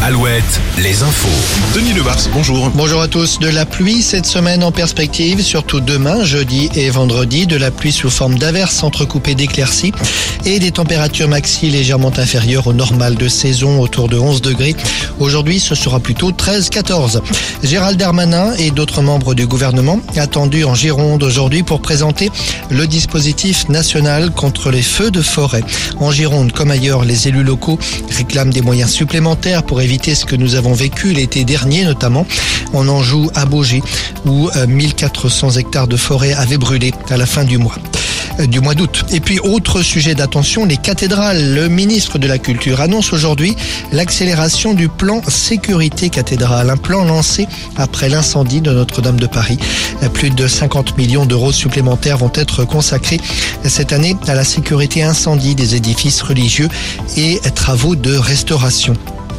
Alouette, les infos. Denis Lebars, bonjour. Bonjour à tous. De la pluie cette semaine en perspective, surtout demain, jeudi et vendredi. De la pluie sous forme d'averses entrecoupées d'éclaircies et des températures maxi légèrement inférieures au normal de saison, autour de 11 degrés. Aujourd'hui, ce sera plutôt 13-14. Gérald Darmanin et d'autres membres du gouvernement attendus en Gironde aujourd'hui pour présenter le dispositif national contre les feux de forêt. En Gironde, comme ailleurs, les élus locaux réclament des moyens supplémentaires pour éviter ce que nous avons vécu l'été dernier, notamment en Anjou, à Baugé, où 1400 hectares de forêt avaient brûlé à la fin du mois d'août. Et puis, autre sujet d'attention, les cathédrales. Le ministre de la Culture annonce aujourd'hui l'accélération du plan sécurité cathédrale, un plan lancé après l'incendie de Notre-Dame de Paris. Plus de 50 millions d'euros supplémentaires vont être consacrés cette année à la sécurité incendie des édifices religieux et travaux de restauration.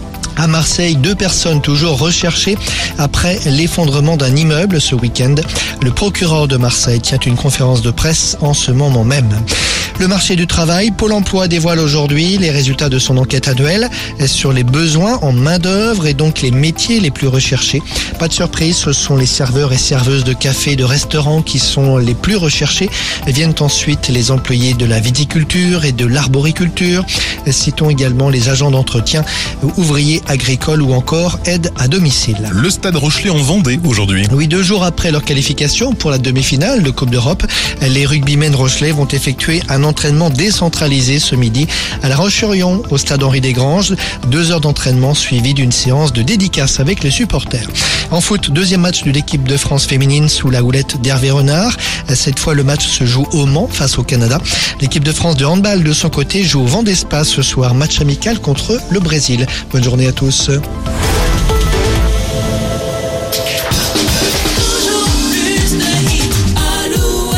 À Marseille, 2 personnes toujours recherchées après l'effondrement d'un immeuble ce week-end. Le procureur de Marseille tient une conférence de presse en ce moment même. Le marché du travail, Pôle emploi dévoile aujourd'hui les résultats de son enquête annuelle sur les besoins en main-d'œuvre et donc les métiers les plus recherchés. Pas de surprise, ce sont les serveurs et serveuses de café et de restaurants qui sont les plus recherchés. Viennent ensuite les employés de la viticulture et de l'arboriculture. Citons également les agents d'entretien, ouvriers agricoles ou encore aide à domicile. Le Stade Rochelais en Vendée aujourd'hui. Oui, 2 jours après leur qualification pour la demi-finale de Coupe d'Europe, les rugbymen rochelais vont effectuer un entraînement décentralisé ce midi à La Roche-sur-Yon, au stade Henri-Desgranges. 2 heures d'entraînement suivies d'une séance de dédicace avec les supporters. En foot, 2e match de l'équipe de France féminine sous la houlette d'Hervé Renard. Cette fois, le match se joue au Mans face au Canada. L'équipe de France de handball, de son côté, joue au Vent d'Espace ce soir. Match amical contre le Brésil. Bonne journée à tous.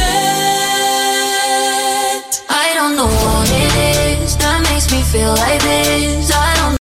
Feel like this.